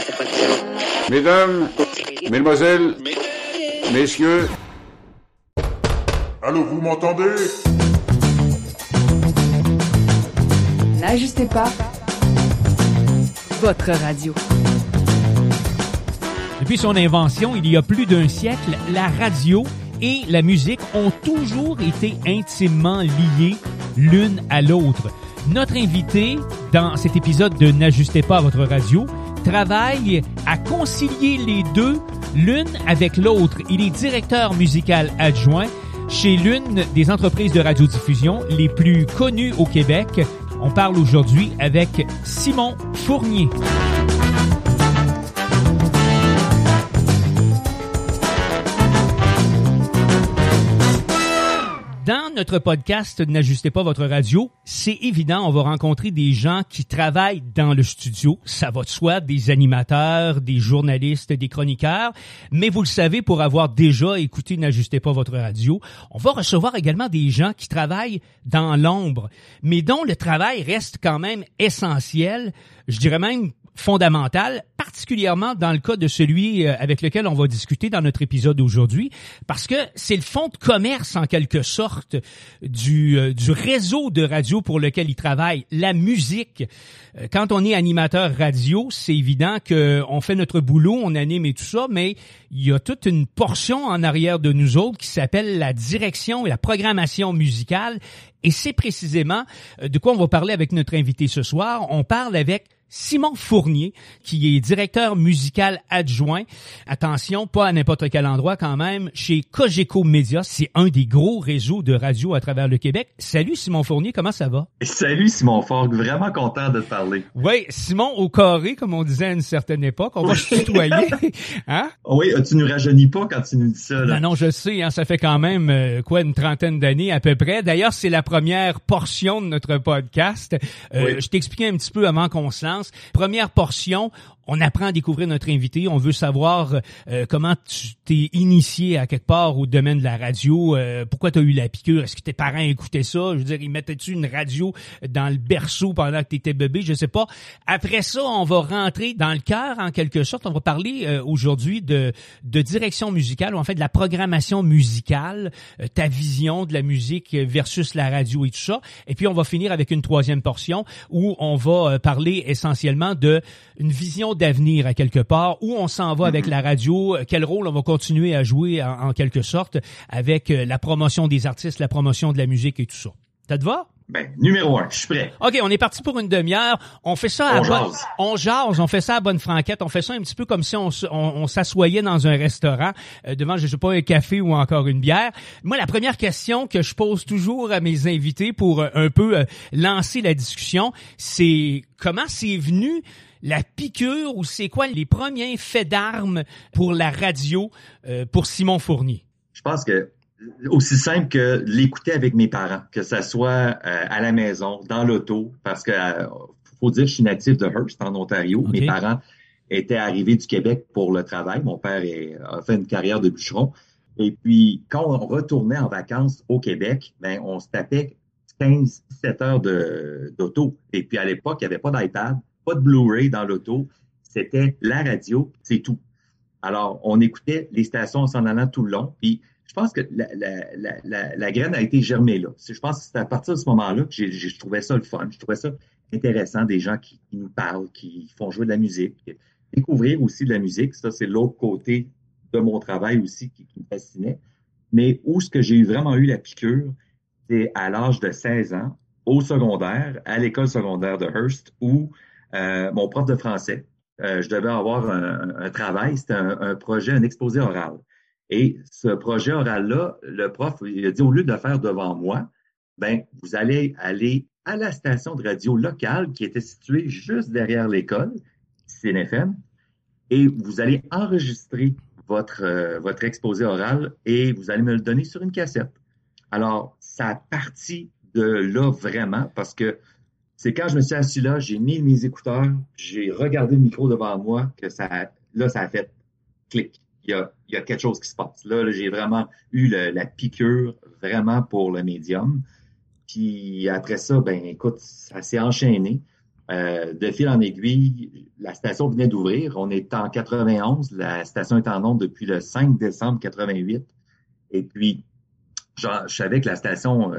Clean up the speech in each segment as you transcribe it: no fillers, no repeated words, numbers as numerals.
Mesdames, mesdemoiselles, messieurs. Allô, vous m'entendez? N'ajustez pas votre radio. Depuis son invention, il y a plus d'un siècle, la radio et la musique ont toujours été intimement liées l'une à l'autre. Notre invité, dans cet épisode de N'ajustez pas votre radio, travaille à concilier les deux, l'une avec l'autre. Il est directeur musical adjoint chez l'une des entreprises de radiodiffusion les plus connues au Québec. On parle aujourd'hui avec Simon Fournier. Dans notre podcast N'ajustez pas votre radio, c'est évident, on va rencontrer des gens qui travaillent dans le studio. Ça va de soi, des animateurs, des journalistes, des chroniqueurs. Mais vous le savez, pour avoir déjà écouté N'ajustez pas votre radio, on va recevoir également des gens qui travaillent dans l'ombre, mais dont le travail reste quand même essentiel, je dirais même fondamental, particulièrement dans le cas de celui avec lequel on va discuter dans notre épisode aujourd'hui, parce que c'est le fonds de commerce, en quelque sorte, du réseau de radio pour lequel il travaille, la musique. Quand on est animateur radio, c'est évident qu'on fait notre boulot, on anime et tout ça, mais il y a toute une portion en arrière de nous autres qui s'appelle la direction et la programmation musicale, et c'est précisément de quoi on va parler avec notre invité ce soir. On parle avec Simon Fournier, qui est directeur musical adjoint. Attention, pas à n'importe quel endroit quand même, chez Cogeco Média. C'est un des gros réseaux de radio à travers le Québec. Salut Simon Fournier, comment ça va? Salut Simon Forgue, vraiment content de te parler. Oui, Simon au carré, comme on disait à une certaine époque. On va se tutoyer. Hein? Oui, tu nous rajeunis pas quand tu nous dis ça, là. Non, je sais, hein, ça fait quand même une trentaine d'années à peu près. D'ailleurs, c'est la première portion de notre podcast. Oui. Je t'expliquais un petit peu avant qu'on se lance. Première portion, on apprend à découvrir notre invité. On veut savoir comment tu t'es initié à quelque part au domaine de la radio. Pourquoi tu as eu la piqûre? Est-ce que tes parents écoutaient ça? Je veux dire, ils mettaient-tu une radio dans le berceau pendant que tu étais bébé? Je sais pas. Après ça, on va rentrer dans le cœur, en quelque sorte. On va parler aujourd'hui de direction musicale, ou en fait de la programmation musicale, ta vision de la musique versus la radio et tout ça. Et puis, on va finir avec une troisième portion où on va parler essentiellement de une vision d'avenir à quelque part, où on s'en va avec la radio, quel rôle on va continuer à jouer en quelque sorte avec la promotion des artistes, la promotion de la musique et tout ça. Ça te va? Ben, numéro 1, je suis prêt. OK, on est parti pour une demi-heure. On fait ça on jase, on fait ça à bonne franquette. On fait ça un petit peu comme si on s'assoyait dans un restaurant devant, je sais pas, un café ou encore une bière. Moi, la première question que je pose toujours à mes invités pour un peu lancer la discussion, c'est comment c'est venu la piqûre, ou c'est quoi les premiers faits d'armes pour la radio pour Simon Fournier? Je pense que aussi simple que l'écouter avec mes parents, que ça soit à la maison, dans l'auto, parce que faut dire, je suis natif de Hearst, en Ontario. Okay. Mes parents étaient arrivés du Québec pour le travail. Mon père a fait une carrière de bûcheron. Et puis, quand on retournait en vacances au Québec, ben on se tapait 15-17 heures d'auto. Et puis, à l'époque, il n'y avait pas d'iPad, pas de Blu-ray dans l'auto. C'était la radio, c'est tout. Alors, on écoutait les stations en s'en allant tout le long. Puis, je pense que la graine a été germée là. Je pense que c'est à partir de ce moment-là que je trouvais ça le fun. Je trouvais ça intéressant, des gens qui nous parlent, qui font jouer de la musique. Découvrir aussi de la musique, ça, c'est l'autre côté de mon travail aussi qui me fascinait. Mais où ce que j'ai vraiment eu la piqûre, c'est à l'âge de 16 ans, au secondaire, à l'école secondaire de Hearst, où mon prof de français, je devais avoir un travail, c'était un projet, un exposé oral. Et ce projet oral-là, le prof, il a dit, au lieu de le faire devant moi, ben, vous allez aller à la station de radio locale qui était située juste derrière l'école, CNFM, et vous allez enregistrer votre exposé oral et vous allez me le donner sur une cassette. Alors, ça a parti de là vraiment, parce que c'est quand je me suis assis là, j'ai mis mes écouteurs, j'ai regardé le micro devant moi, que ça a fait clic. Il y a quelque chose qui se passe. Là j'ai vraiment eu la piqûre vraiment pour le médium. Puis après ça, ben écoute, ça s'est enchaîné. De fil en aiguille, la station venait d'ouvrir. On est en 91. La station est en ondes depuis le 5 décembre 88. Et puis, je savais que la station,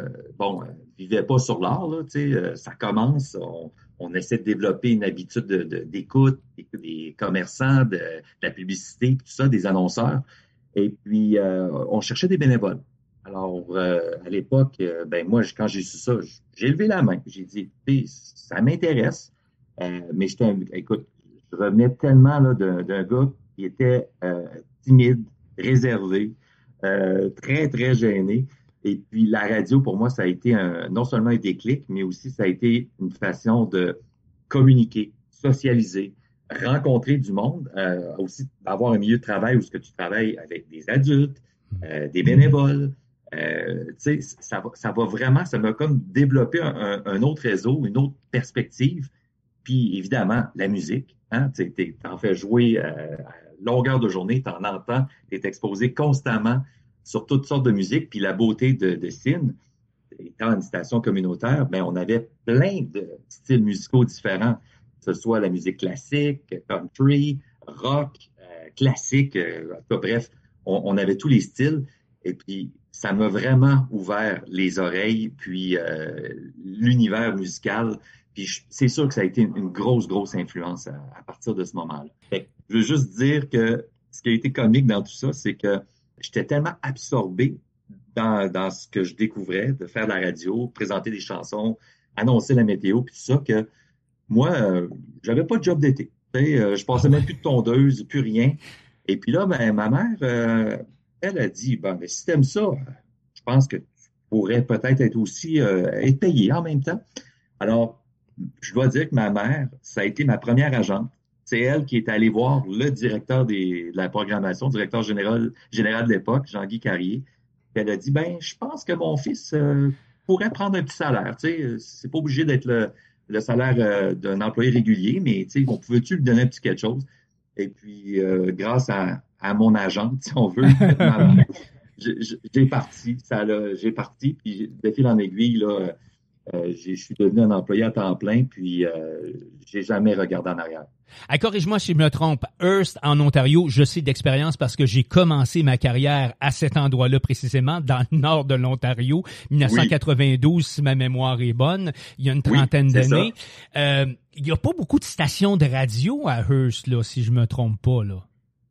vivait pas sur l'or, là, tu sais, ça commence, on essaie de développer une habitude d'écoute, des commerçants, de la publicité, tout ça, des annonceurs. Et puis, on cherchait des bénévoles. Alors, à l'époque, moi, quand j'ai su ça, j'ai levé la main. J'ai dit, écoutez, ça m'intéresse, mais écoute, je revenais tellement là, d'un gars qui était timide, réservé, très, très gêné. Et puis, la radio, pour moi, ça a été non seulement un déclic, mais aussi ça a été une façon de communiquer, socialiser, rencontrer du monde, aussi avoir un milieu de travail où ce que tu travailles avec des adultes, des bénévoles. Tu sais, ça va vraiment, ça m'a comme développé un autre réseau, une autre perspective. Puis, évidemment, la musique. Hein, t'en fais jouer à longueur de journée, t'en entends, t'es exposé constamment sur toutes sortes de musique, puis la beauté de SYN, étant une station communautaire, on avait plein de styles musicaux différents, que ce soit la musique classique, country, rock, classique, bref, on avait tous les styles, et puis ça m'a vraiment ouvert les oreilles, puis l'univers musical, puis c'est sûr que ça a été une grosse, grosse influence à partir de ce moment-là. Fait que je veux juste dire que ce qui a été comique dans tout ça, c'est que j'étais tellement absorbé dans ce que je découvrais, de faire de la radio, présenter des chansons, annoncer la météo, puis tout ça, que moi, j'avais pas de job d'été. Je passais même plus de tondeuse, plus rien. Et puis là, ma mère, elle a dit, si t'aimes ça, je pense que tu pourrais peut-être être aussi être payé en même temps. Alors, je dois dire que ma mère, ça a été ma première agente. C'est elle qui est allée voir le directeur de la programmation, directeur général de l'époque, Jean-Guy Carrier. Elle a dit, je pense que mon fils pourrait prendre un petit salaire. Tu sais, c'est pas obligé d'être le salaire d'un employé régulier, mais tu sais, on pouvait-tu lui donner un petit quelque chose? Et puis, grâce à mon agente, si on veut, j'ai parti. J'ai parti, puis de fil en aiguille, là, je suis devenu un employé à temps plein, puis j'ai jamais regardé en arrière. Corrige-moi si je me trompe. Hearst, en Ontario, je sais d'expérience parce que j'ai commencé ma carrière à cet endroit-là précisément, dans le nord de l'Ontario, 1992, si ma mémoire est bonne, il y a une trentaine d'années. Il n'y a pas beaucoup de stations de radio à Hearst, là, si je me trompe pas, là.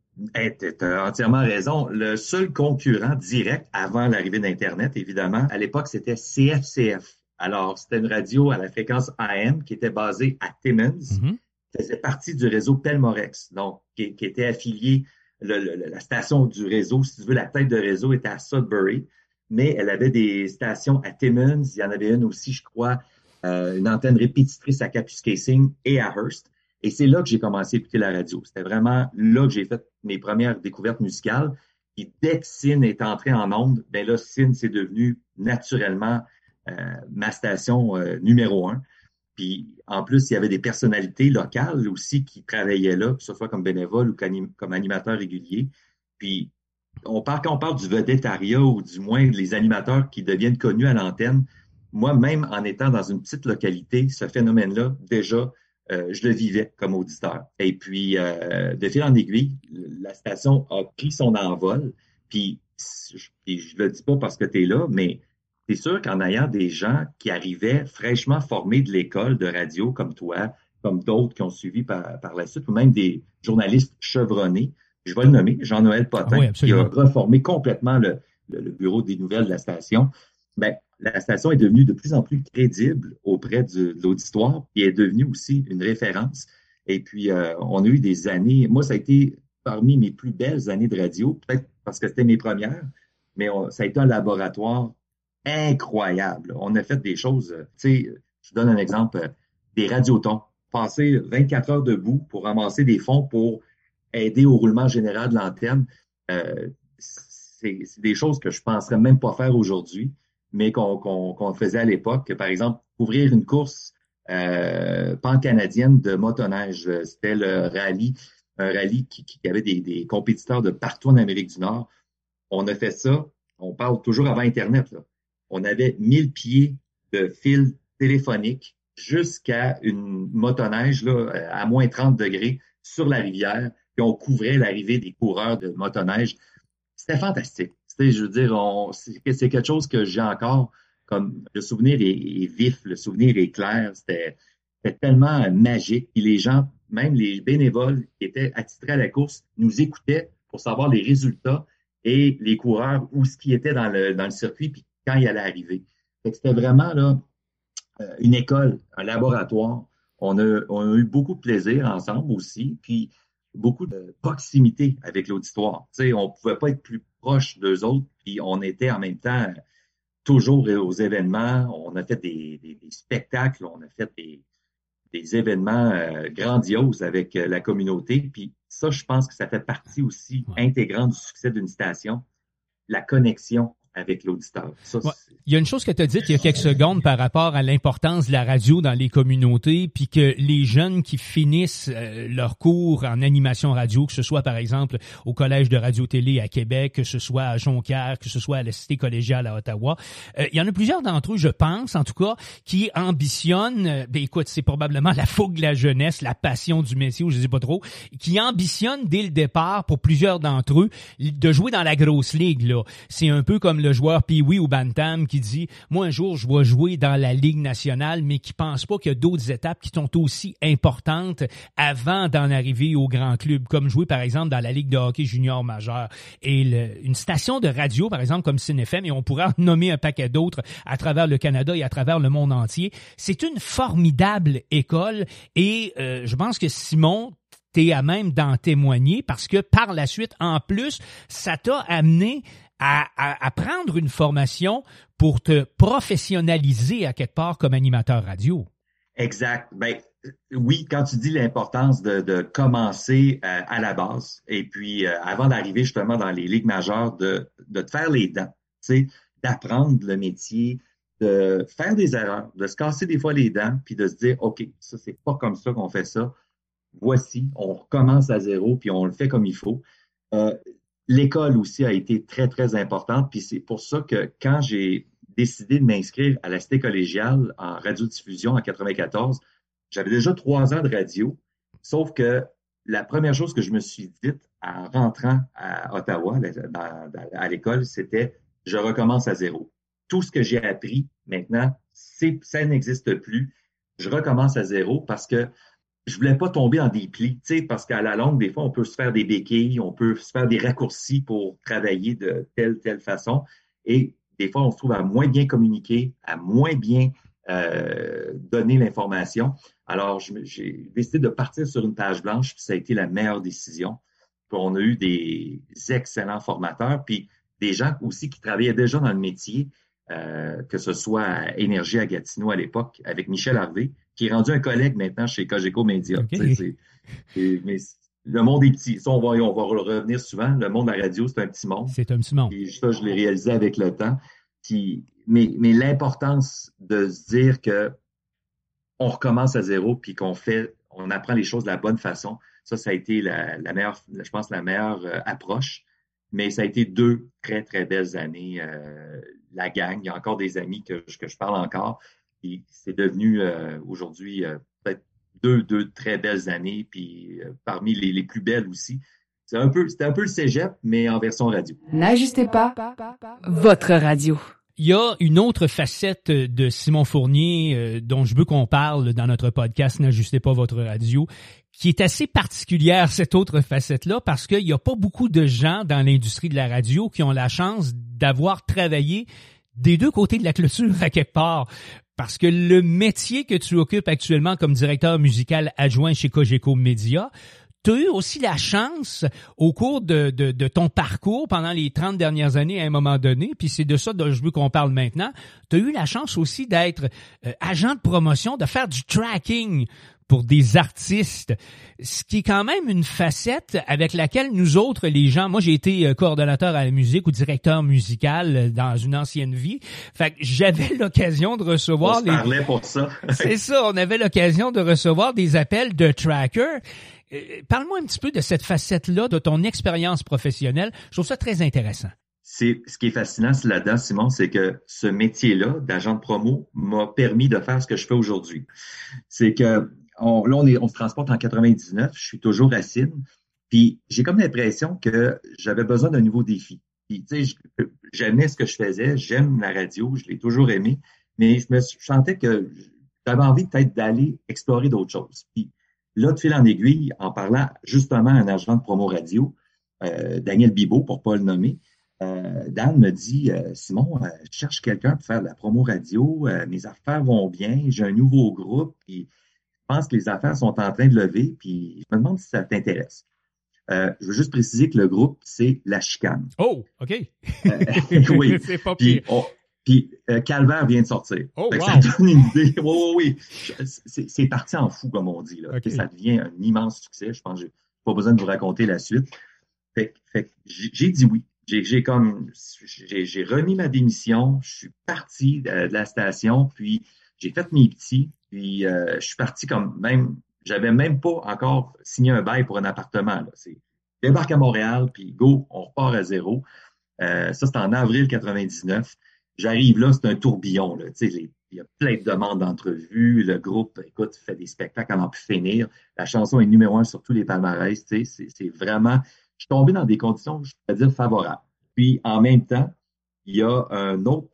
T'as entièrement raison. Le seul concurrent direct avant l'arrivée d'Internet, évidemment, à l'époque, c'était CFCF. Alors, c'était une radio à la fréquence AM qui était basée à Timmins. Mm-hmm. Faisait partie du réseau Pelmorex, donc qui était affilié, la station du réseau, si tu veux, la tête de réseau était à Sudbury, mais elle avait des stations à Timmins, il y en avait une aussi, je crois, une antenne répétitrice à Kapuskasing et à Hearst, et c'est là que j'ai commencé à écouter la radio. C'était vraiment là que j'ai fait mes premières découvertes musicales, et dès que SYN est entré en ondes, là, SYN, c'est devenu naturellement ma station numéro 1. Puis, en plus, il y avait des personnalités locales aussi qui travaillaient là, que ce soit comme bénévole ou comme animateur régulier. Puis, quand on parle du vedettariat ou du moins les animateurs qui deviennent connus à l'antenne, moi, même en étant dans une petite localité, ce phénomène-là, déjà, je le vivais comme auditeur. Et puis, de fil en aiguille, la station a pris son envol. Puis, je le dis pas parce que tu es là, mais c'est sûr qu'en ayant des gens qui arrivaient fraîchement formés de l'école de radio comme toi, comme d'autres qui ont suivi par la suite, ou même des journalistes chevronnés, je vais le nommer, Jean-Noël Potin, qui a reformé complètement le bureau des nouvelles de la station, la station est devenue de plus en plus crédible auprès de l'auditoire et est devenue aussi une référence. Et puis, on a eu des années, moi, ça a été parmi mes plus belles années de radio, peut-être parce que c'était mes premières, mais ça a été un laboratoire incroyable. On a fait des choses, tu sais, je donne un exemple, des radiotons. Passer 24 heures debout pour ramasser des fonds pour aider au roulement général de l'antenne. C'est des choses que je penserais même pas faire aujourd'hui, mais qu'on faisait à l'époque. Par exemple, ouvrir une course pan-canadienne de motoneige. C'était un rallye qui avait des compétiteurs de partout en Amérique du Nord. On a fait ça, on parle toujours avant Internet, là. On avait 1000 pieds de fil téléphonique jusqu'à une motoneige là, à moins 30 degrés sur la rivière, puis on couvrait l'arrivée des coureurs de motoneige. C'était fantastique. Je veux dire, c'est quelque chose que j'ai encore, comme le souvenir est vif, le souvenir est clair. C'était tellement magique. Puis les gens, même les bénévoles qui étaient attitrés à la course, nous écoutaient pour savoir les résultats et les coureurs, où ce qui était dans le circuit, puis quand il allait arriver. Fait que c'était vraiment là une école, un laboratoire. On a eu beaucoup de plaisir ensemble aussi, puis beaucoup de proximité avec l'auditoire. Tu sais, on pouvait pas être plus proche d'eux autres, puis on était en même temps toujours aux événements. On a fait des spectacles, on a fait des événements grandioses avec la communauté. Puis ça, je pense que ça fait partie aussi intégrante du succès d'une station, la connexion avec l'auditeur. Ça, il y a une chose que tu as dite il y a quelques secondes par rapport à l'importance de la radio dans les communautés, puis que les jeunes qui finissent leur cours en animation radio, que ce soit par exemple au Collège de radio-télé à Québec, que ce soit à Jonquière, que ce soit à la Cité collégiale à Ottawa, il y en a plusieurs d'entre eux, je pense, en tout cas, qui ambitionnent, écoute, c'est probablement la fougue de la jeunesse, la passion du métier, ou je sais pas trop, qui ambitionnent dès le départ, pour plusieurs d'entre eux, de jouer dans la grosse ligue, là. C'est un peu comme le joueur Pee-wee ou Bantam qui dit « Moi, un jour, je vais jouer dans la Ligue nationale », mais qui pense pas qu'il y a d'autres étapes qui sont aussi importantes avant d'en arriver au grand club, comme jouer, par exemple, dans la Ligue de hockey junior majeur. Et une station de radio, par exemple, comme CIN-FM, et on pourrait en nommer un paquet d'autres à travers le Canada et à travers le monde entier, c'est une formidable école. Et je pense que Simon, t'es à même d'en témoigner, parce que par la suite, en plus, ça t'a amené à prendre une formation pour te professionnaliser à quelque part comme animateur radio. Exact. Ben oui, quand tu dis l'importance de commencer à la base, et puis avant d'arriver justement dans les ligues majeures, de te faire les dents, tu sais, d'apprendre le métier, de faire des erreurs, de se casser des fois les dents, puis de se dire, OK, ça, c'est pas comme ça qu'on fait ça. Voici, on recommence à zéro, puis on le fait comme il faut. L'école aussi a été très, très importante, puis c'est pour ça que quand j'ai décidé de m'inscrire à la Cité collégiale en radiodiffusion en 94, j'avais déjà 3 ans de radio, sauf que la première chose que je me suis dite en rentrant à Ottawa, à l'école, c'était « je recommence à zéro ». Tout ce que j'ai appris maintenant, ça n'existe plus. Je recommence à zéro parce que je voulais pas tomber dans des plis, tu sais, parce qu'à la longue, des fois, on peut se faire des béquilles, on peut se faire des raccourcis pour travailler de telle façon. Et des fois, on se trouve à moins bien communiquer, à moins bien donner l'information. Alors, j'ai décidé de partir sur une page blanche, puis ça a été la meilleure décision. Puis on a eu des excellents formateurs, puis des gens aussi qui travaillaient déjà dans le métier, que ce soit à Énergie à Gatineau à l'époque, avec Michel Harvey, qui est rendu un collègue maintenant chez Cogeco Média. Okay. Mais le monde est petit. Ça, on va revenir souvent. Le monde de la radio, c'est un petit monde. C'est un petit monde. Et ça, je l'ai réalisé avec le temps. Mais l'importance de se dire que on recommence à zéro puis on apprend les choses de la bonne façon, ça a été la meilleure, je pense, la meilleure approche. Mais ça a été 2 très, très belles années. La gang, il y a encore des amis que je parle encore. Puis c'est devenu aujourd'hui peut-être 2 très belles années, puis parmi les plus belles aussi. C'était un peu le cégep, mais en version radio. N'ajustez pas votre radio. Il y a une autre facette de Simon Fournier dont je veux qu'on parle dans notre podcast N'ajustez pas votre radio, qui est assez particulière, cette autre facette-là, parce qu'il n'y a pas beaucoup de gens dans l'industrie de la radio qui ont la chance d'avoir travaillé des 2 côtés de la clôture à quelque part. Parce que le métier que tu occupes actuellement comme directeur musical adjoint chez Cogeco Média, tu as eu aussi la chance, au cours de ton parcours pendant les 30 dernières années à un moment donné, puis c'est de ça dont je veux qu'on parle maintenant, tu as eu la chance aussi d'être agent de promotion, de faire du tracking pour des artistes, ce qui est quand même une facette avec laquelle nous autres, les gens, moi j'ai été coordonnateur à la musique ou directeur musical dans une ancienne vie, fait que j'avais l'occasion de recevoir... On se parlait pour ça. C'est ça, on avait l'occasion de recevoir des appels de trackers. Parle-moi un petit peu de cette facette-là, de ton expérience professionnelle. Je trouve ça très intéressant. ce qui est fascinant là-dedans, Simon, c'est que ce métier-là d'agent de promo m'a permis de faire ce que je fais aujourd'hui. C'est que on se transporte en 99, je suis toujours à Sydney, puis j'ai comme l'impression que j'avais besoin d'un nouveau défi. Puis, tu sais, j'aimais ce que je faisais, j'aime la radio, je l'ai toujours aimé, mais je sentais que j'avais envie peut-être d'aller explorer d'autres choses. Puis là, de fil en aiguille, en parlant justement à un agent de promo radio, Daniel Bibeau, pour pas le nommer, Dan me dit, Simon, je cherche quelqu'un pour faire de la promo radio, mes affaires vont bien, j'ai un nouveau groupe, puis je pense que les affaires sont en train de lever, puis je me demande si ça t'intéresse. Je veux juste préciser que le groupe, c'est La Chicane. Oh, OK. Oui. C'est pas pire. Puis Calvaire vient de sortir. Oh, wow. Ça donne une idée. Oui. C'est parti en fou, comme on dit. Là. Okay. Ça devient un immense succès. Je pense que j'ai pas besoin de vous raconter la suite. Fait que j'ai dit oui. J'ai remis ma démission. Je suis parti de la station, puis j'ai fait mes petits. Puis je suis parti j'avais même pas encore signé un bail pour un appartement. Là. C'est débarque à Montréal, puis go, on repart à zéro. Ça, c'était en avril 99. J'arrive là, c'est un tourbillon. Là. Il y a plein de demandes d'entrevues. Le groupe, écoute, fait des spectacles à n'en plus finir. La chanson est numéro 1 sur tous les palmarès. C'est vraiment... Je suis tombé dans des conditions, je peux dire, favorables. Puis, en même temps, il y a un autre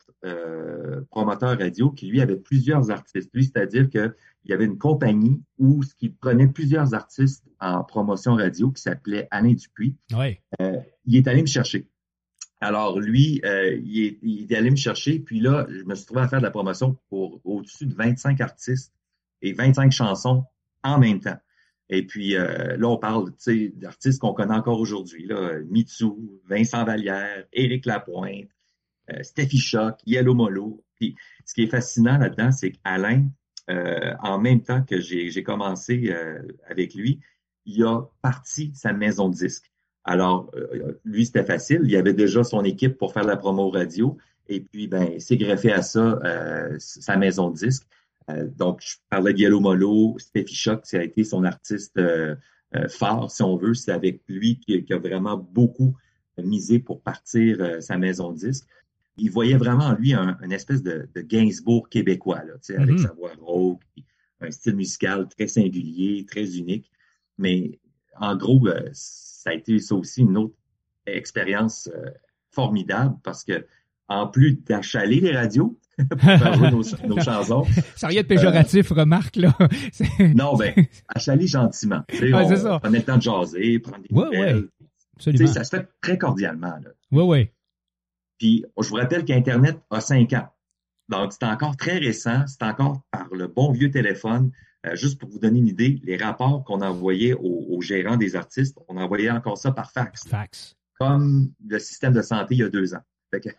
promoteur radio qui, lui, avait plusieurs artistes. Lui, c'est-à-dire qu'il y avait une compagnie où ce qui prenait plusieurs artistes en promotion radio qui s'appelait Alain Dupuis. Ouais. Il est allé me chercher. Alors, lui, il est allé me chercher, puis là, je me suis trouvé à faire de la promotion pour au-dessus de 25 artistes et 25 chansons en même temps. Et puis, là, on parle, d'artistes qu'on connaît encore aujourd'hui, là, Mitsou, Vincent Vallière, Éric Lapointe, Steffi Choc, Yellow Molo. Puis, ce qui est fascinant là-dedans, c'est qu'Alain, en même temps que j'ai commencé avec lui, il a parti sa maison de disques. Alors, lui, c'était facile. Il avait déjà son équipe pour faire de la promo radio. Et puis, il s'est greffé à ça sa maison de disques. Donc, je parlais de Yellow Molo, Steffi Choc, ça a été son artiste phare, si on veut. C'est avec lui qui a vraiment beaucoup misé pour partir sa maison de disques. Il voyait vraiment en lui une espèce de Gainsbourg québécois, là, avec sa voix rauque, un style musical très singulier, très unique. Mais en gros, ça a été ça aussi une autre expérience formidable parce que en plus d'achaler les radios pour faire jouer nos chansons. Ça n'a rien de péjoratif, remarque, là. Non, achaler gentiment. C'est ça. Prenez le temps de jaser, prendre des nouvelles. Ouais. Absolument. Ça se fait très cordialement. Là. Oui. Puis, je vous rappelle qu'Internet a 5 ans. Donc, c'est encore très récent. C'est encore par le bon vieux téléphone. Juste pour vous donner une idée, les rapports qu'on envoyait aux gérants des artistes, on envoyait encore ça par fax. Comme le système de santé il y a 2 ans. C'est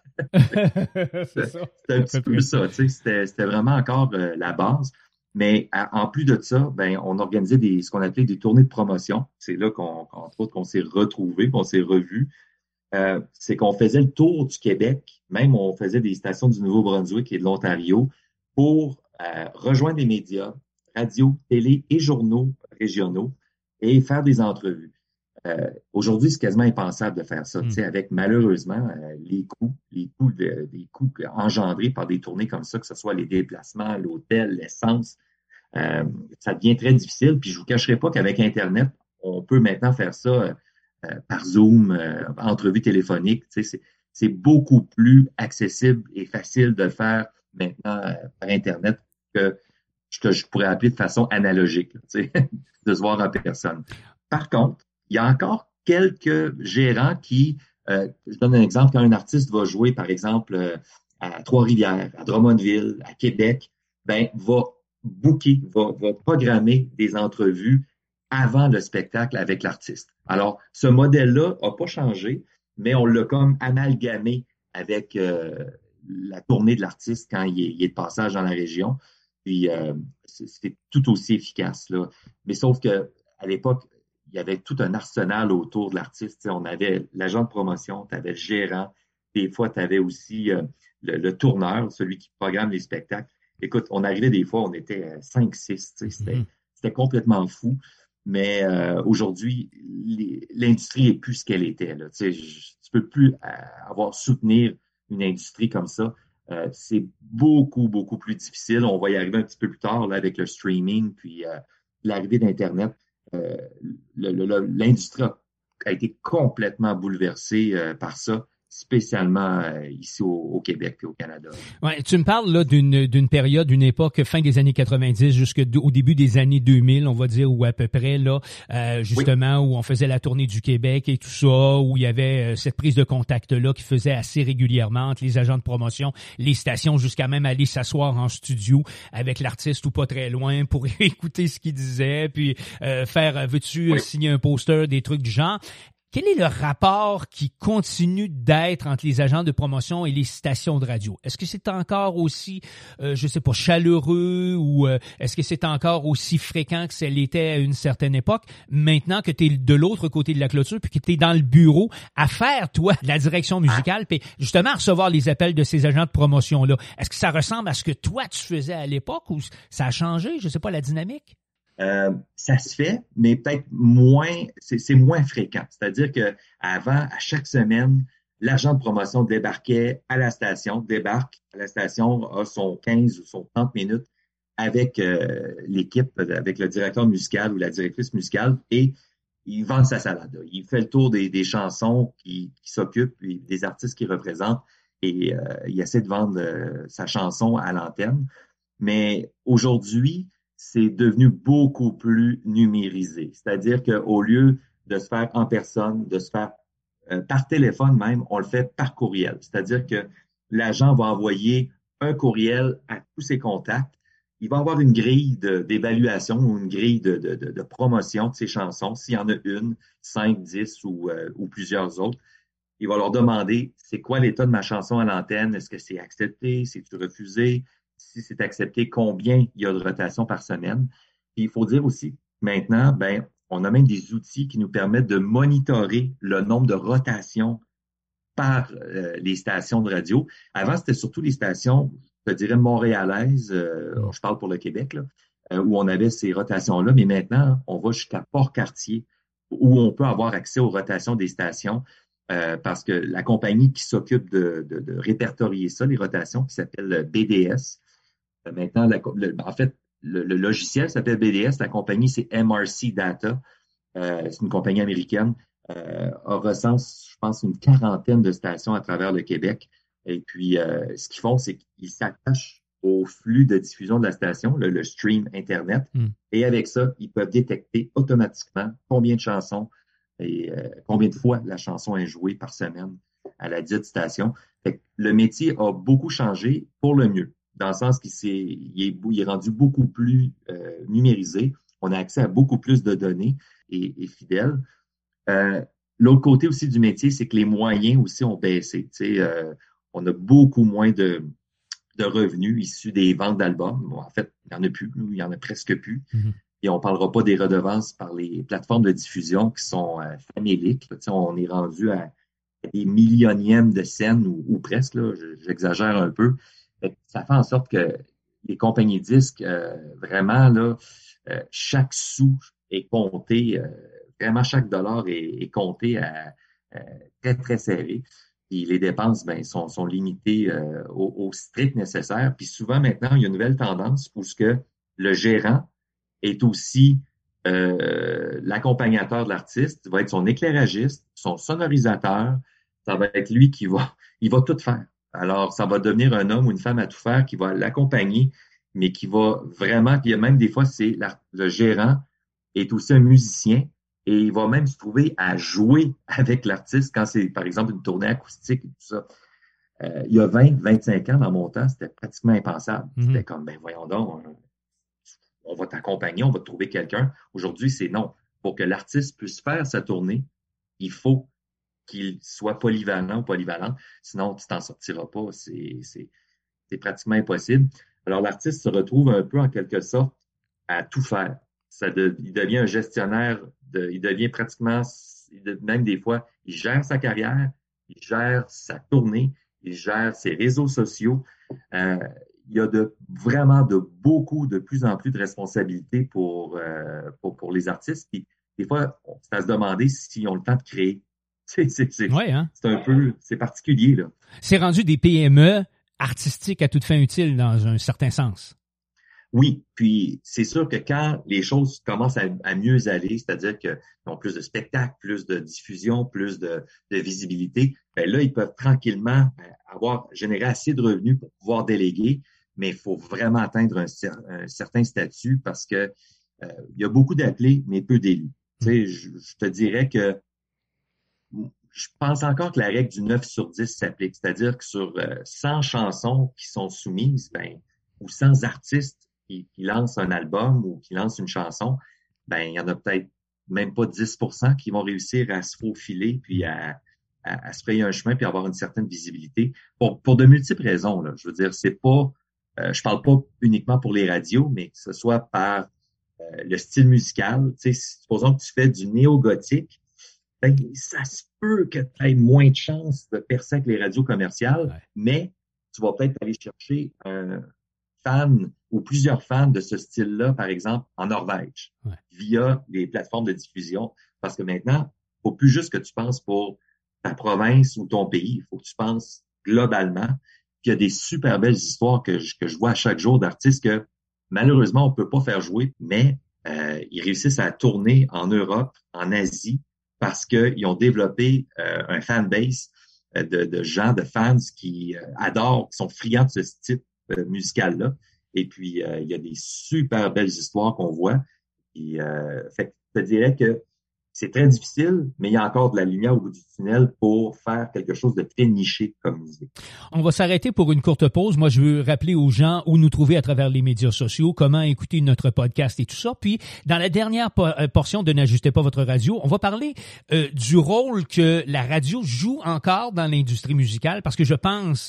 ça. C'était un petit peu ça. C'était vraiment encore la base. Mais en plus de ça, on organisait ce qu'on appelait des tournées de promotion. C'est là qu'entre autres, qu'on s'est retrouvés, qu'on s'est revus. C'est qu'on faisait le tour du Québec. Même on faisait des stations du Nouveau-Brunswick et de l'Ontario pour rejoindre les médias, radio, télé et journaux régionaux et faire des entrevues. Aujourd'hui, c'est quasiment impensable de faire ça, avec malheureusement les coûts engendrés par des tournées comme ça, que ce soit les déplacements, l'hôtel, l'essence, ça devient très difficile. Puis je vous cacherai pas qu'avec Internet, on peut maintenant faire ça par Zoom, entrevue téléphonique. C'est beaucoup plus accessible et facile de le faire maintenant par Internet que je pourrais appeler de façon analogique, de se voir en personne. Par contre, il y a encore quelques gérants qui, je donne un exemple, quand un artiste va jouer, par exemple, à Trois-Rivières, à Drummondville, à Québec, va booker, va programmer des entrevues avant le spectacle avec l'artiste. Alors, ce modèle-là n'a pas changé, mais on l'a comme amalgamé avec la tournée de l'artiste quand il est de passage dans la région. Puis, c'est tout aussi efficace, là. Mais sauf que à l'époque, il y avait tout un arsenal autour de l'artiste. On avait l'agent de promotion, tu avais le gérant, des fois, tu avais aussi le tourneur, celui qui programme les spectacles. Écoute, on arrivait des fois, on était 5-6, c'était complètement fou. Mais aujourd'hui, l'industrie est plus ce qu'elle était. Là. Tu peux plus soutenir une industrie comme ça. C'est beaucoup, beaucoup plus difficile. On va y arriver un petit peu plus tard là, avec le streaming, puis l'arrivée d'Internet. L'industrie a été complètement bouleversée par ça, spécialement ici au Québec et au Canada. Ouais, tu me parles là d'une période, d'une époque fin des années 90 jusqu'au début des années 2000, on va dire, ou à peu près là, justement, où on faisait la tournée du Québec et tout ça, où il y avait cette prise de contact-là qui faisait assez régulièrement entre les agents de promotion, les stations, jusqu'à même aller s'asseoir en studio avec l'artiste ou pas très loin pour écouter ce qu'il disait, puis faire, veux-tu signer un poster, des trucs du genre. Quel est le rapport qui continue d'être entre les agents de promotion et les stations de radio? Est-ce que c'est encore aussi, je sais pas, chaleureux ou est-ce que c'est encore aussi fréquent que ça l'était à une certaine époque? Maintenant que tu es de l'autre côté de la clôture puis que tu es dans le bureau à faire, toi, la direction musicale puis justement à recevoir les appels de ces agents de promotion-là, est-ce que ça ressemble à ce que toi, tu faisais à l'époque ou ça a changé? Je sais pas, la dynamique? Ça se fait, mais peut-être moins, c'est moins fréquent. C'est-à-dire que avant, à chaque semaine, l'agent de promotion débarque à la station, a son 15 ou son 30 minutes avec l'équipe, avec le directeur musical ou la directrice musicale, et il vend sa salade. Il fait le tour des chansons qui s'occupent, des artistes qu'il représente, et il essaie de vendre sa chanson à l'antenne. Mais aujourd'hui, c'est devenu beaucoup plus numérisé. C'est-à-dire qu'au lieu de se faire en personne, de se faire par téléphone même, on le fait par courriel. C'est-à-dire que l'agent va envoyer un courriel à tous ses contacts. Il va avoir une grille d'évaluation ou une grille de promotion de ses chansons, s'il y en a une, 5, 10 ou plusieurs autres. Il va leur demander, c'est quoi l'état de ma chanson à l'antenne? Est-ce que c'est accepté? C'est-tu refusé? Si c'est accepté, combien il y a de rotation par semaine. Puis il faut dire aussi, maintenant, on a même des outils qui nous permettent de monitorer le nombre de rotations par les stations de radio. Avant, c'était surtout les stations, je dirais, montréalaises, je parle pour le Québec, là, où on avait ces rotations-là, mais maintenant, on va jusqu'à Port-Cartier, où on peut avoir accès aux rotations des stations, parce que la compagnie qui s'occupe de répertorier ça, les rotations, qui s'appelle BDS, maintenant, en fait, le logiciel s'appelle BDS, la compagnie, c'est MRC Data, c'est une compagnie américaine, recense, je pense, une quarantaine de stations à travers le Québec. Et puis, ce qu'ils font, c'est qu'ils s'attachent au flux de diffusion de la station, le stream Internet, et avec ça, ils peuvent détecter automatiquement combien de chansons et combien de fois la chanson est jouée par semaine à la dite station. Fait que le métier a beaucoup changé pour le mieux, dans le sens qu'il est rendu beaucoup plus numérisé. On a accès à beaucoup plus de données et fidèles. L'autre côté aussi du métier, c'est que les moyens aussi ont baissé. On a beaucoup moins de revenus issus des ventes d'albums. Bon, en fait, il n'y en a plus, il n'y en a presque plus. Mm-hmm. Et on ne parlera pas des redevances par les plateformes de diffusion qui sont faméliques. On est rendu à des millionièmes de scènes ou presque, là, j'exagère un peu. Ça fait en sorte que les compagnies disques, vraiment, là, chaque sou est compté, vraiment chaque dollar est compté à très, très serré. Puis les dépenses, sont limitées au strict nécessaire. Puis souvent, maintenant, il y a une nouvelle tendance où ce que le gérant est aussi l'accompagnateur de l'artiste, va être son éclairagiste, son sonorisateur. Ça va être lui il va tout faire. Alors, ça va devenir un homme ou une femme à tout faire qui va l'accompagner, mais qui va vraiment, puis même des fois, c'est le gérant est aussi un musicien et il va même se trouver à jouer avec l'artiste quand c'est, par exemple, une tournée acoustique et tout ça. Il y a 25 ans, dans mon temps, c'était pratiquement impensable. Mm-hmm. C'était comme, voyons donc, on va t'accompagner, on va te trouver quelqu'un. Aujourd'hui, c'est non. Pour que l'artiste puisse faire sa tournée, il faut qu'il soit polyvalent ou polyvalente. Sinon, tu t'en sortiras pas. C'est pratiquement impossible. Alors, l'artiste se retrouve un peu, en quelque sorte, à tout faire. Il devient un gestionnaire, il devient pratiquement, même des fois, il gère sa carrière, il gère sa tournée, il gère ses réseaux sociaux. Il y a vraiment de plus en plus de responsabilités pour les artistes. Puis, des fois, c'est à se demander s'ils ont le temps de créer. Ouais, hein? C'est particulier, là. C'est rendu des PME artistiques à toute fin utile dans un certain sens. Oui, puis c'est sûr que quand les choses commencent à mieux aller, c'est-à-dire qu'ils ont plus de spectacles, plus de diffusion, plus de visibilité, ben là, ils peuvent tranquillement générer assez de revenus pour pouvoir déléguer, mais il faut vraiment atteindre un certain statut parce que il y a beaucoup d'appelés, mais peu d'élus. Tu sais, je te dirais que je pense encore que la règle du 9 sur 10 s'applique, c'est-à-dire que sur 100 chansons qui sont soumises, ou 100 artistes qui lancent un album ou qui lancent une chanson, il y en a peut-être même pas 10% qui vont réussir à se faufiler puis à se frayer un chemin puis avoir une certaine visibilité pour de multiples raisons, là. Je veux dire, c'est pas, je parle pas uniquement pour les radios, mais que ce soit par le style musical. Tu sais, supposons que tu fais du néo-gothique, ça se peut que tu aies moins de chances de percer avec les radios commerciales, mais tu vas peut-être aller chercher un fan ou plusieurs fans de ce style-là, par exemple, en Norvège, via les plateformes de diffusion. Parce que maintenant, il faut plus juste que tu penses pour ta province ou ton pays. Il faut que tu penses globalement. Puis il y a des super belles histoires que je vois chaque jour d'artistes que, malheureusement, on peut pas faire jouer, mais ils réussissent à tourner en Europe, en Asie, parce qu'ils ont développé un fanbase de gens, de fans qui adorent, qui sont friands de ce style musical-là. Et puis, il y a des super belles histoires qu'on voit. Et, fait que je te dirais que c'est très difficile, mais il y a encore de la lumière au bout du tunnel pour faire quelque chose de très niché comme musique. On va s'arrêter pour une courte pause. Moi, je veux rappeler aux gens où nous trouver à travers les médias sociaux, comment écouter notre podcast et tout ça. Puis, dans la dernière portion de N'ajustez pas votre radio, on va parler du rôle que la radio joue encore dans l'industrie musicale, parce que je pense,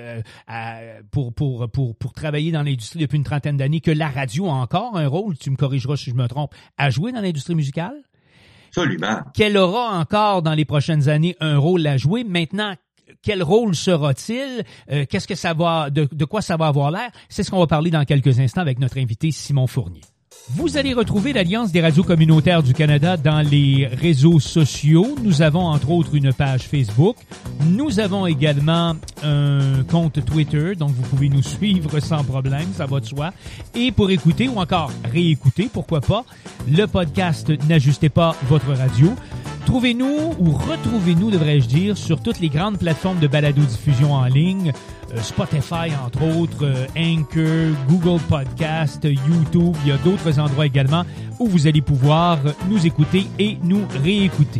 pour travailler dans l'industrie depuis une trentaine d'années, que la radio a encore un rôle, tu me corrigeras si je me trompe, à jouer dans l'industrie musicale. Absolument. Qu'elle aura encore dans les prochaines années un rôle à jouer. Maintenant, quel rôle sera-t-il? Qu'est-ce que ça va, de quoi ça va avoir l'air? C'est ce qu'on va parler dans quelques instants avec notre invité Simon Fournier. Vous allez retrouver l'Alliance des radios communautaires du Canada dans les réseaux sociaux. Nous avons entre autres une page Facebook. Nous avons également un compte Twitter, donc vous pouvez nous suivre sans problème, ça va de soi. Et pour écouter ou encore réécouter, pourquoi pas, le podcast N'ajustez pas votre radio. Trouvez-nous ou retrouvez-nous, devrais-je dire, sur toutes les grandes plateformes de balado-diffusion en ligne, Spotify entre autres, Anchor, Google Podcast, YouTube. Il y a d'autres endroits également où vous allez pouvoir nous écouter et nous réécouter.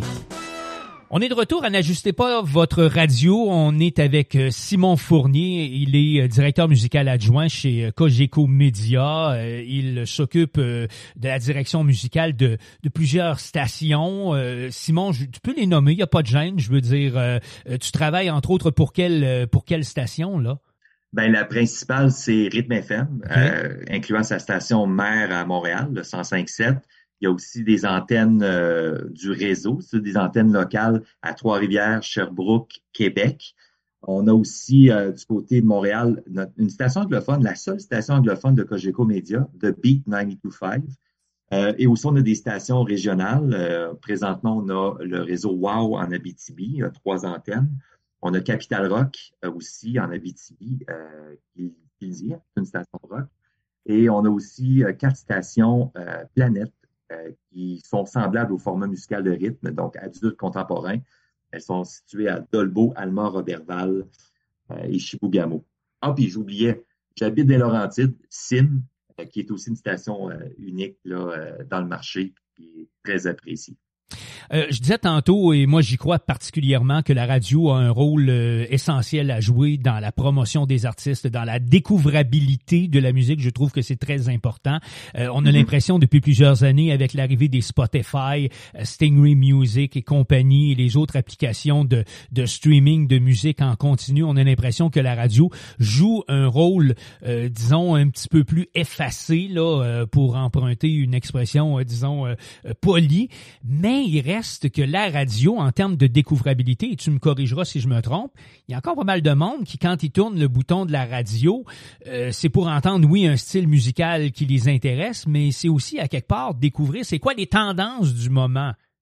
On est de retour à N'ajustez pas votre radio. On est avec Simon Fournier. Il est directeur musical adjoint chez Cogeco Média. Il s'occupe de la direction musicale de plusieurs stations. Simon, tu peux les nommer, il n'y a pas de gêne. Je veux dire, tu travailles entre autres pour quelle station, là? La principale, c'est Rythme FM, incluant sa station mère à Montréal, le 105.7. Il y a aussi des antennes du réseau, c'est des antennes locales à Trois-Rivières, Sherbrooke, Québec. On a aussi du côté de Montréal une station anglophone, la seule station anglophone de Cogeco Média, The Beat 92.5. Et aussi, on a des stations régionales. Présentement, on a le réseau WOW en Abitibi, il y a 3 antennes. On a Capital Rock aussi en Abitibi, qui est une station rock. Et on a aussi 4 stations Planète, qui sont semblables au format musical de rythme, donc adultes contemporains. Elles sont situées à Dolbeau, Alma, Roberval et Chibougamau. Ah, puis j'oubliais, j'habite dans Laurentides, Sim, qui est aussi une station unique là, dans le marché, qui est très appréciée. Je disais tantôt, et moi j'y crois particulièrement, que la radio a un rôle essentiel à jouer dans la promotion des artistes, dans la découvrabilité de la musique. Je trouve que c'est très important. On a l'impression depuis plusieurs années, avec l'arrivée des Spotify, Stingray Music et compagnie, et les autres applications de streaming de musique en continu, on a l'impression que la radio joue un rôle, disons, un petit peu plus effacé, là, pour emprunter une expression, disons, polie, mais il reste que la radio, en termes de découvrabilité, et tu me corrigeras si je me trompe, il y a encore pas mal de monde qui, quand ils tournent le bouton de la radio, c'est pour entendre, oui, un style musical qui les intéresse, mais c'est aussi, à quelque part, découvrir c'est quoi les tendances du moment.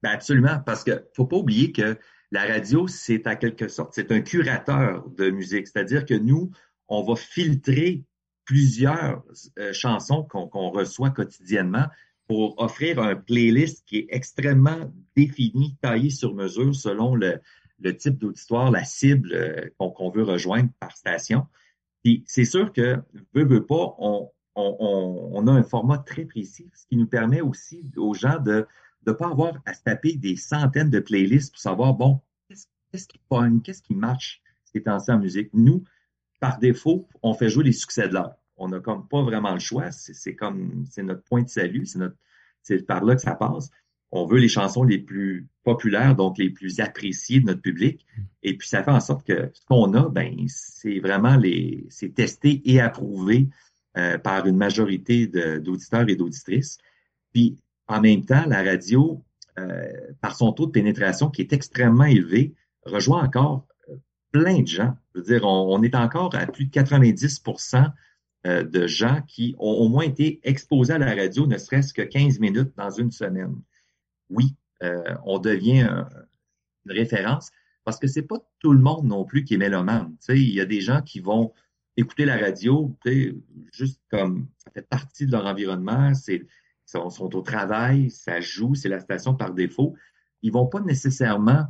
Ben absolument, parce que faut pas oublier que la radio, c'est à quelque sorte, c'est un curateur de musique. C'est-à-dire que nous, on va filtrer plusieurs chansons qu'on reçoit quotidiennement pour offrir un playlist qui est extrêmement défini, taillé sur mesure selon le type d'auditoire, la cible qu'on veut rejoindre par station. Puis c'est sûr que, veut pas, on a un format très précis, ce qui nous permet aussi aux gens de ne pas avoir à se taper des centaines de playlists pour savoir, bon, qu'est-ce qui pogne, qu'est-ce qui marche ces temps-ci en musique. Nous, par défaut, on fait jouer les succès de l'heure. On n'a comme pas vraiment le choix. C'est notre point de salut, c'est par là que ça passe. On veut les chansons les plus populaires, donc les plus appréciées de notre public. Et puis, ça fait en sorte que ce qu'on a, ben, c'est vraiment c'est testé et approuvé par une majorité d'auditeurs et d'auditrices. Puis, en même temps, la radio, par son taux de pénétration qui est extrêmement élevé, rejoint encore plein de gens. Je veux dire, on est encore à plus de 90% de gens qui ont au moins été exposés à la radio, ne serait-ce que 15 minutes dans une semaine. Oui, on devient une référence parce que c'est pas tout le monde non plus qui est mélomane. Tu sais, il y a des gens qui vont écouter la radio, tu sais, juste comme ça fait partie de leur environnement, sont au travail, ça joue, c'est la station par défaut. Ils vont pas nécessairement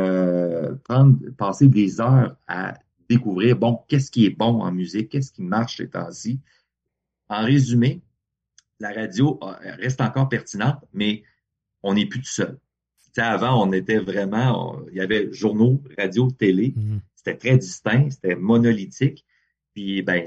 passer des heures à découvrir, bon, qu'est-ce qui est bon en musique, qu'est-ce qui marche ces temps-ci. En résumé, la radio reste encore pertinente, mais on n'est plus tout seul. T'sais, avant, on était vraiment, il y avait journaux, radio, télé, c'était très distinct, c'était monolithique. Puis, ben,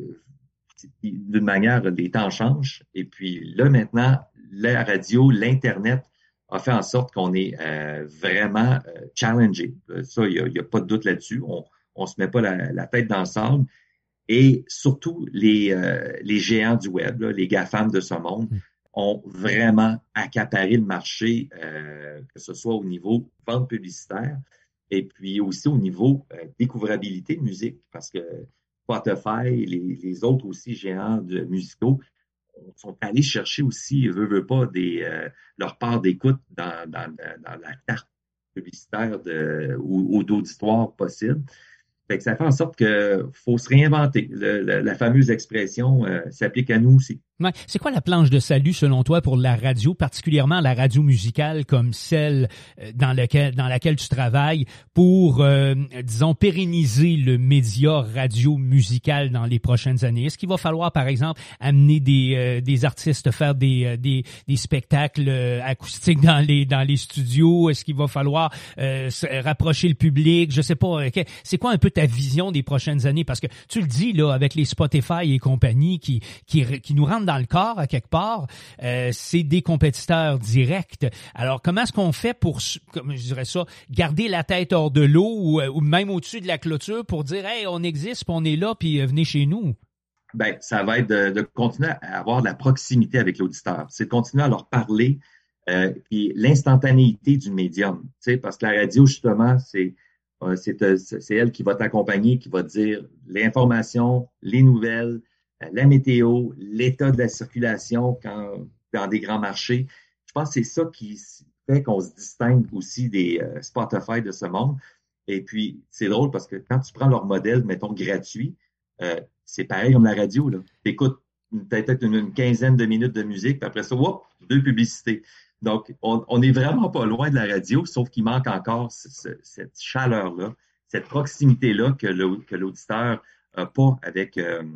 d'une manière, les temps changent. Et puis là, maintenant, la radio, l'Internet a fait en sorte qu'on est vraiment challengé. Ça, il y a pas de doute là-dessus. On se met pas la tête dans le sable. Et surtout, les géants du web, là, les GAFAM de ce monde, ont vraiment accaparé le marché, que ce soit au niveau vente publicitaire et puis aussi au niveau découvrabilité de musique, parce que Spotify, les autres aussi géants musicaux sont allés chercher aussi, veut pas, leur part d'écoute dans la carte publicitaire ou d'auditoire possible. Fait que ça fait en sorte que faut se réinventer. La fameuse expression s'applique à nous aussi. Ouais. C'est quoi la planche de salut selon toi pour la radio, particulièrement la radio musicale comme celle dans laquelle tu travailles, pour, disons, pérenniser le média radio musical dans les prochaines années? Est-ce qu'il va falloir, par exemple, amener des artistes faire des spectacles acoustiques dans les studios? Est-ce qu'il va falloir rapprocher le public? Je sais pas. C'est quoi un peu ta vision des prochaines années? Parce que tu le dis là, avec les Spotify et compagnie qui nous rentrent dans le corps à quelque part, c'est des compétiteurs directs. Alors, comment est-ce qu'on fait pour, comme je dirais ça, garder la tête hors de l'eau ou même au-dessus de la clôture pour dire, hey, on existe, puis on est là, puis venez chez nous? Ben, ça va être de continuer à avoir de la proximité avec l'auditeur. C'est de continuer à leur parler, puis l'instantanéité du médium. Tu sais, parce que la radio, justement, c'est elle qui va t'accompagner, qui va te dire l'information, les nouvelles, la météo, l'état de la circulation dans des grands marchés. Je pense que c'est ça qui fait qu'on se distingue aussi des Spotify de ce monde. Et puis, c'est drôle parce que quand tu prends leur modèle, mettons, gratuit, c'est pareil comme la radio, là. T'écoutes peut-être une quinzaine de minutes de musique, puis après ça, whoop, 2 publicités. Donc, on n'est vraiment pas loin de la radio, sauf qu'il manque encore cette chaleur-là, cette proximité-là que l'auditeur n'a pas avec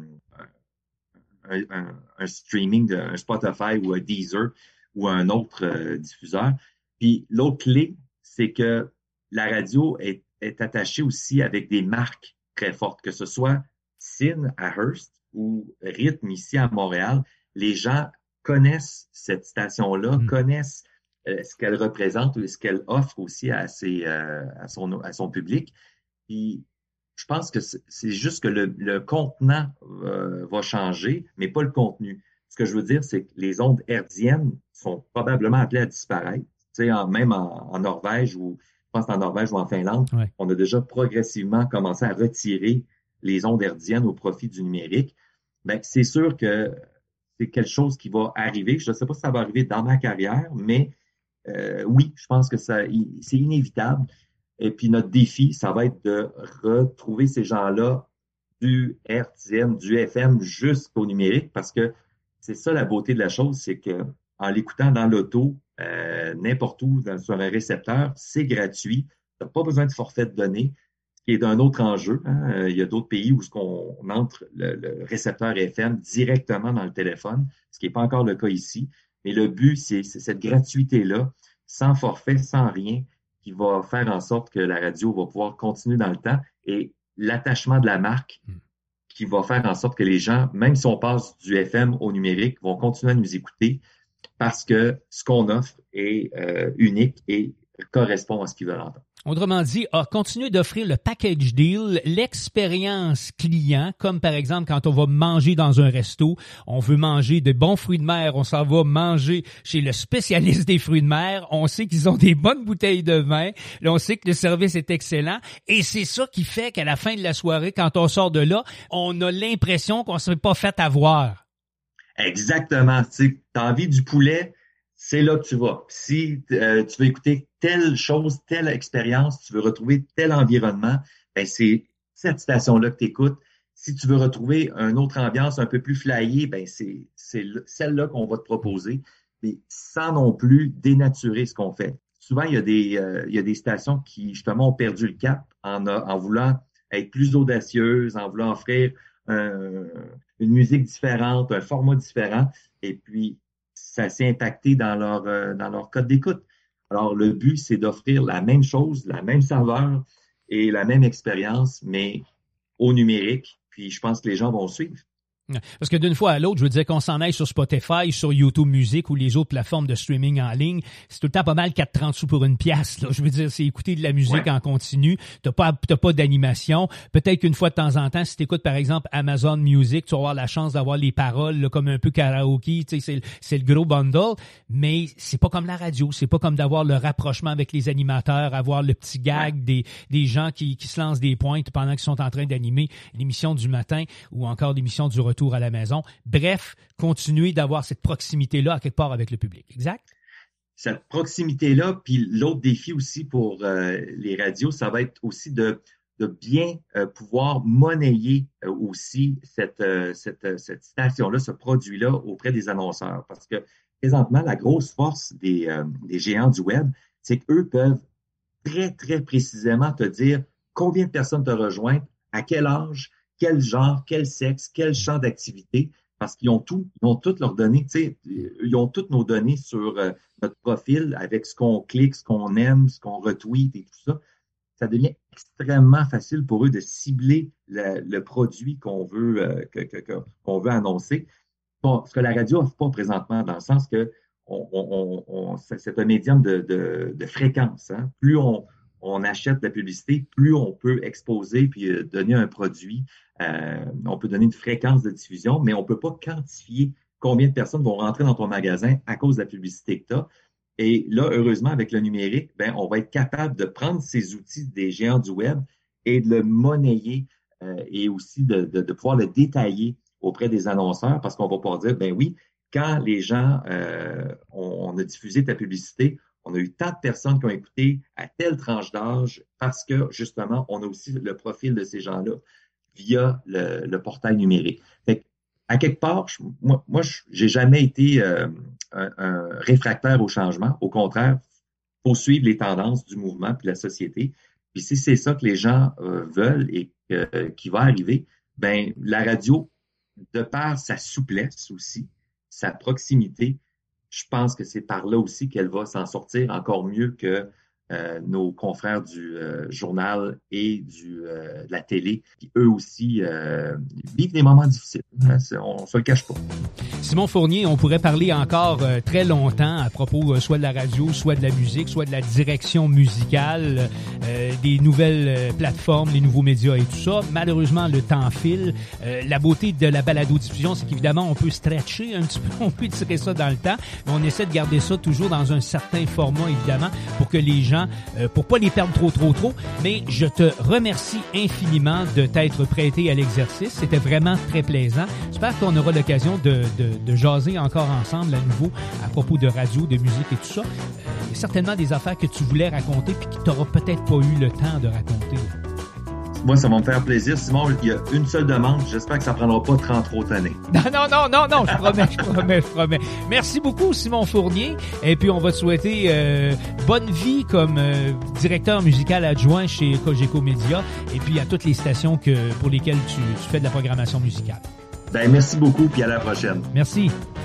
un streaming un Spotify ou un Deezer ou un autre diffuseur. Puis l'autre clé, c'est que la radio est attachée aussi avec des marques très fortes, que ce soit Cine à Hearst ou Rythme ici à Montréal. Les gens connaissent cette station-là, connaissent ce qu'elle représente ou ce qu'elle offre aussi à son public. Puis je pense que c'est juste que le contenant va changer, mais pas le contenu. Ce que je veux dire, c'est que les ondes hertziennes sont probablement appelées à disparaître. Tu sais, même en Norvège ou je pense en Norvège ou en Finlande, ouais. On a déjà progressivement commencé à retirer les ondes hertziennes au profit du numérique. Ben, c'est sûr que c'est quelque chose qui va arriver. Je ne sais pas si ça va arriver dans ma carrière, mais oui, je pense que c'est inévitable. Et puis notre défi, ça va être de retrouver ces gens-là du RTM, du FM jusqu'au numérique, parce que c'est ça la beauté de la chose, c'est que en l'écoutant dans l'auto, n'importe où, sur un récepteur, c'est gratuit. Tu n'as pas besoin de forfait de données, ce qui est d'un autre enjeu. Hein. Il y a d'autres pays où on entre le récepteur FM directement dans le téléphone, ce qui n'est pas encore le cas ici. Mais le but, c'est cette gratuité-là, sans forfait, sans rien, qui va faire en sorte que la radio va pouvoir continuer dans le temps et l'attachement de la marque qui va faire en sorte que les gens, même si on passe du FM au numérique, vont continuer à nous écouter parce que ce qu'on offre est unique et correspond à ce qu'ils veulent entendre. Autrement dit, continuer d'offrir le package deal, l'expérience client, comme par exemple quand on va manger dans un resto, on veut manger de bons fruits de mer, on s'en va manger chez le spécialiste des fruits de mer, on sait qu'ils ont des bonnes bouteilles de vin, là, on sait que le service est excellent, et c'est ça qui fait qu'à la fin de la soirée, quand on sort de là, on a l'impression qu'on ne s'est pas fait avoir. Exactement. Tu as envie du poulet, c'est là que tu vas. Si tu veux écouter telle chose, telle expérience, tu veux retrouver tel environnement, ben c'est cette station-là que tu écoutes. Si tu veux retrouver une autre ambiance un peu plus flyée, ben c'est celle-là qu'on va te proposer, mais sans non plus dénaturer ce qu'on fait. Souvent, il y a des stations qui, justement, ont perdu le cap en voulant être plus audacieuses, en voulant offrir une musique différente, un format différent, et puis ça s'est impacté dans leur code d'écoute. Alors, le but, c'est d'offrir la même chose, la même saveur et la même expérience, mais au numérique. Puis, je pense que les gens vont suivre. Parce que d'une fois à l'autre, je veux dire qu'on s'en aille sur Spotify, sur YouTube Music ou les autres plateformes de streaming en ligne, c'est tout le temps pas mal 4,30 sous pour une pièce. Là. Je veux dire, c'est écouter de la musique en continu. T'as pas d'animation. Peut-être qu'une fois de temps en temps, si t'écoutes par exemple Amazon Music, tu vas avoir la chance d'avoir les paroles là, comme un peu karaoké. Tu sais, c'est le gros bundle. Mais c'est pas comme la radio. C'est pas comme d'avoir le rapprochement avec les animateurs, avoir le petit gag des gens qui se lancent des pointes pendant qu'ils sont en train d'animer l'émission du matin ou encore l'émission du retour à la maison. Bref, continuer d'avoir cette proximité-là à quelque part avec le public. Exact? Cette proximité-là, puis l'autre défi aussi pour les radios, ça va être aussi de bien pouvoir monnayer aussi cette station-là, ce produit-là auprès des annonceurs. Parce que présentement, la grosse force des géants du web, c'est qu'eux peuvent très, très précisément te dire combien de personnes te rejoignent, à quel âge, quel genre, quel sexe, quel champ d'activité, parce qu'ils ont toutes leurs données, tu sais, ils ont toutes nos données sur notre profil avec ce qu'on clique, ce qu'on aime, ce qu'on retweet et tout ça. Ça devient extrêmement facile pour eux de cibler le produit qu'on veut qu'on veut annoncer. Ce que la radio offre pas présentement, dans le sens que c'est un médium de fréquence. Hein. Plus on achète de la publicité, plus on peut exposer puis donner un produit. On peut donner une fréquence de diffusion, mais on peut pas quantifier combien de personnes vont rentrer dans ton magasin à cause de la publicité que tu as. Et là, heureusement, avec le numérique, on va être capable de prendre ces outils des géants du web et de le monnayer et aussi de pouvoir le détailler auprès des annonceurs, parce qu'on va pouvoir dire, oui, quand les gens, on a diffusé ta publicité, on a eu tant de personnes qui ont écouté à telle tranche d'âge parce que, justement, on a aussi le profil de ces gens-là via le portail numérique. Fait à quelque part, moi, j'ai jamais été un réfractaire au changement. Au contraire, il faut suivre les tendances du mouvement puis de la société. Puis si c'est ça que les gens veulent et qui va arriver, la radio, de par sa souplesse aussi, sa proximité, je pense que c'est par là aussi qu'elle va s'en sortir encore mieux que nos confrères du journal et de la télé, qui eux aussi vivent des moments difficiles. Hein, on se le cache pas. Simon Fournier, on pourrait parler encore très longtemps à propos soit de la radio, soit de la musique, soit de la direction musicale, des nouvelles plateformes, les nouveaux médias et tout ça. Malheureusement, le temps file. La beauté de la balado-diffusion, c'est qu'évidemment, on peut stretcher un petit peu, on peut tirer ça dans le temps, mais on essaie de garder ça toujours dans un certain format, évidemment, pour que les gens gens pour pas les perdre trop. Mais je te remercie infiniment de t'être prêté à l'exercice. C'était vraiment très plaisant. J'espère qu'on aura l'occasion de jaser encore ensemble à nouveau à propos de radio, de musique et tout ça. Il y a certainement des affaires que tu voulais raconter puis que tu n'auras peut-être pas eu le temps de raconter. Moi, ça va me faire plaisir. Simon, il y a une seule demande. J'espère que ça ne prendra pas 30 autres années. Non, je promets. Merci beaucoup, Simon Fournier. Et puis, on va te souhaiter bonne vie comme directeur musical adjoint chez Cogeco Média et puis à toutes les stations pour lesquelles tu fais de la programmation musicale. Ben, merci beaucoup, puis à la prochaine. Merci.